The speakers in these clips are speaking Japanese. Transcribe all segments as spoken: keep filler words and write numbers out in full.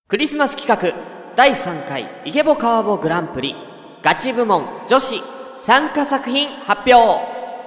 クリスマス企画だいさんかいイケボカーボグランプリガチ部門女子参加作品発表。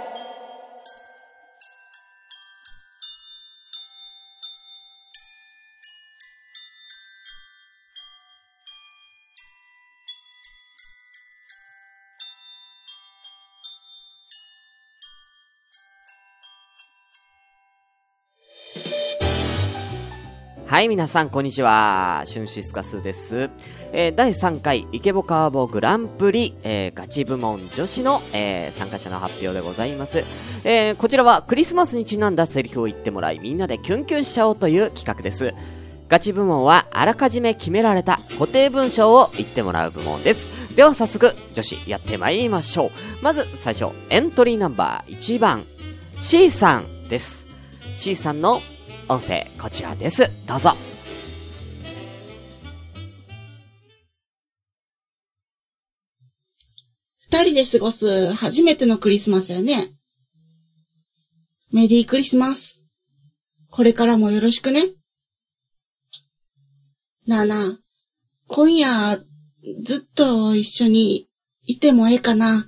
はい、皆さんこんにちは。シュンシスカスです。えー、だいさんかいイケボカーボグランプリ、えー、ガチ部門女子の、えー、参加者の発表でございます。えー、こちらはクリスマスにちなんだセリフを言ってもらい、みんなでキュンキュンしちゃおうという企画です。ガチ部門はあらかじめ決められた固定文章を言ってもらう部門です。では早速女子やってまいりましょう。まず最初、エントリーナンバーいちばん C さんです。 C さんの音声こちらです。どうぞ。 二人で過ごす初めてのクリスマスやね。メリークリスマス。これからもよろしくね。なあなあ、今夜ずっと一緒にいてもええかな。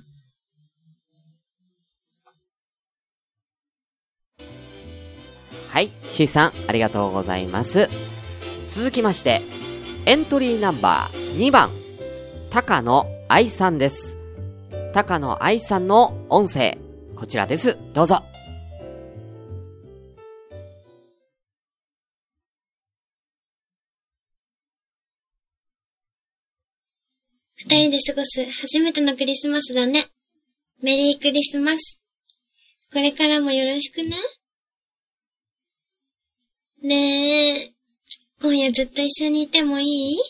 はい、C さんありがとうございます。続きましてエントリーナンバーにばん高野愛さんです。高野愛さんの音声こちらです。どうぞ。 二人で過ごす初めてのクリスマスだね。メリークリスマス。これからもよろしくね。ねえ、今夜ずっと一緒にいてもいい？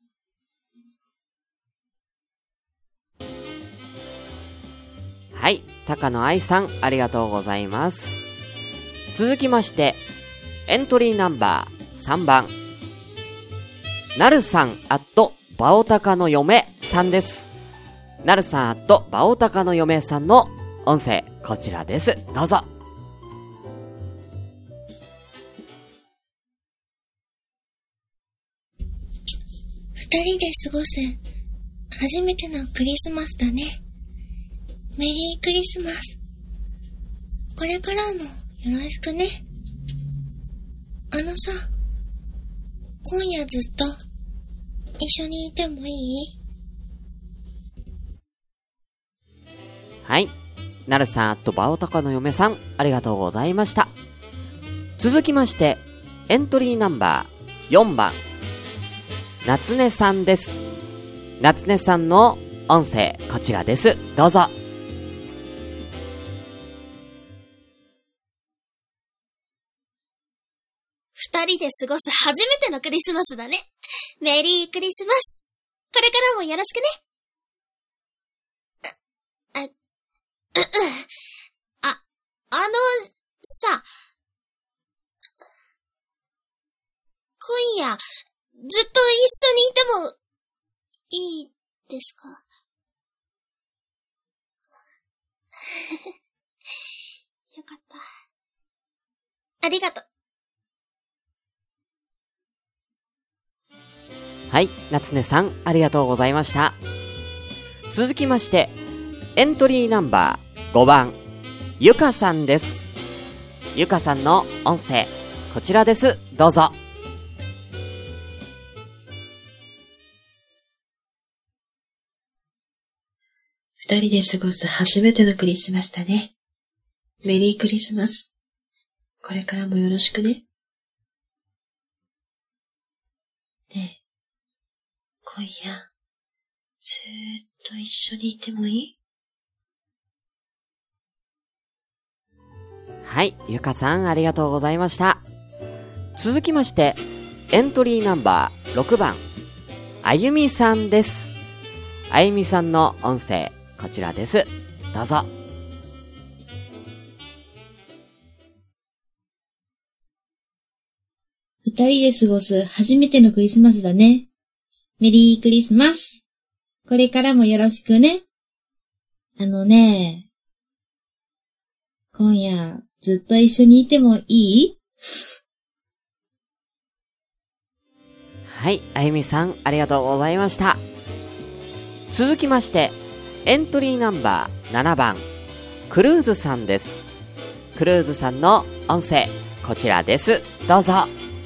はい、高野愛さんありがとうございます。続きましてエントリーナンバーさんばんなるさんアットバオタカの嫁さんです。なるさんアットバオタカの嫁さんの音声こちらです。どうぞ。 二人で過ごす初めてのクリスマスだね。メリークリスマス。これからもよろしくね。あのさ、今夜ずっと一緒にいてもいい？ はい、なるさんアットバオタカの嫁さんありがとうございました。続きましてエントリーナンバーよんばん夏音さんです。夏音さんの音声こちらです。どうぞ。 二人で過ごす初めてのクリスマスだね。メリークリスマス。これからもよろしくね。あ、あ、あ、あの、さ、今夜、ずっと一緒にいても、いいですか？よかった。ありがとう。 はい、夏音さんありがとうございました。続きましてエントリーナンバーごばんゆかさんです。ゆかさんの音声こちらです。どうぞ。 二人で過ごす初めてのクリスマスだね。メリークリスマス。これからもよろしくね。ねえ、今夜、ずーっと一緒にいてもいい？ はい、ゆかさんありがとうございました。続きましてエントリーナンバーろくばんあゆみさんです。あゆみさんの音声こちらです。どうぞ。 二人で過ごす初めてのクリスマスだね。メリークリスマス。これからもよろしくね。あのね、今夜ずっと一緒にいてもいい？ はい、あゆみさん、ありがとうございました。続きまして、エントリーナンバーななばん、クルーズさんです。クルーズさんの音声、こちらです。どうぞ。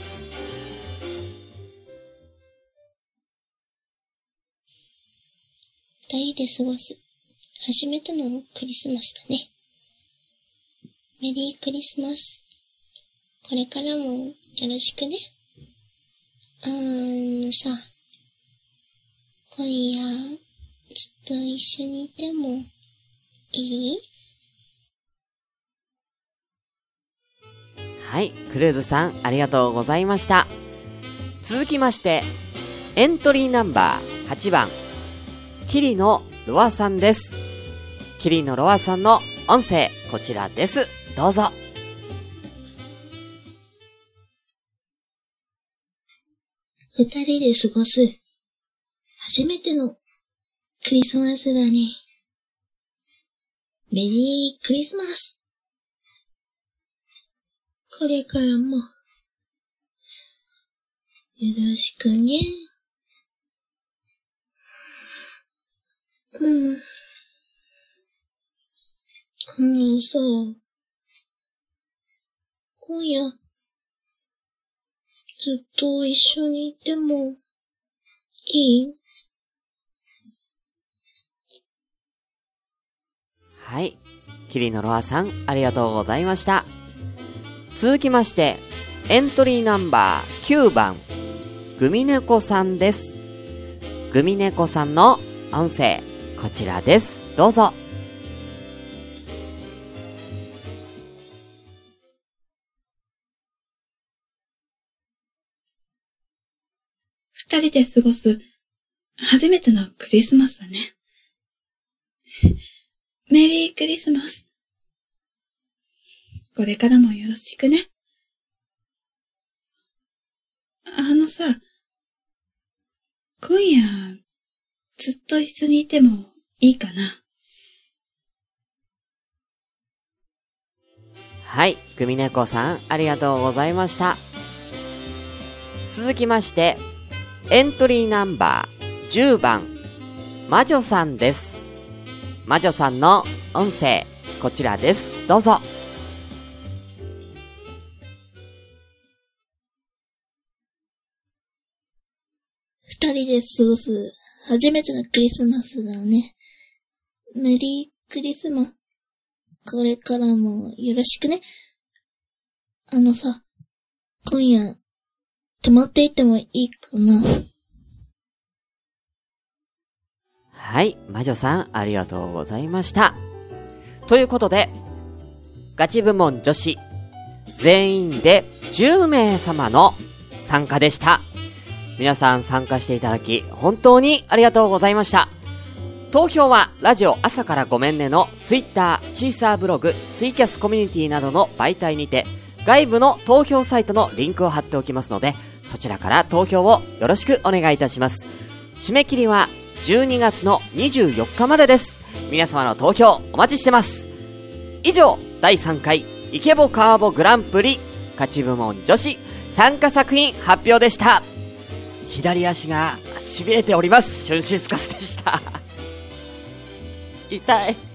二人で過ごす初めてのクリスマスだね。メリークリスマス。これからもよろしくね。あのさ、今夜ずっと一緒にいてもいい？ はい、クルーズさん、ありがとうございました。続きまして、エントリーナンバーはちばん、キリノロアさんです。キリノロアさんの音声、こちらです。どうぞ。 二人で過ごす初めてのクリスマスだね。メリークリスマス。これからもよろしくね。うん。あのさ、今夜ずっと一緒にいてもいい？ はい、キリノロアさん、ありがとうございました。続きまして、エントリーナンバーきゅうばん、グミネコさんです。グミネコさんの音声、こちらです。どうぞ。 二人で過ごす初めてのクリスマスだね。メリークリスマス。これからもよろしくね。あのさ、今夜ずっと一緒にいてもいいかな。 はい、グミネコさん、ありがとうございました。続きまして、エントリーナンバーじゅうばん、魔女さんです。魔女さんの音声、こちらです。どうぞ。 二人で過ごす初めてのクリスマスだね。メリークリスマス。これからもよろしくね。あのさ、今夜泊まっていってもいいかな。 はい、魔女さん、ありがとうございました。ということで、ガチ部門女子全員でじゅうめいさまの参加でした。皆さん参加していただき本当にありがとうございました。投票はラジオ朝からごめんねのツイッター、シーサーブログ、ツイキャスコミュニティなどの媒体にて外部の投票サイトのリンクを貼っておきますので、そちらから投票をよろしくお願いいたします。締め切りはじゅうにがつのにじゅうよっかまでです。皆様の投票お待ちしてます。以上、だいさんかいイケボカーボグランプリガチ部門女子参加作品発表でした。左足が痺れております。シュンシスカスでした。痛い。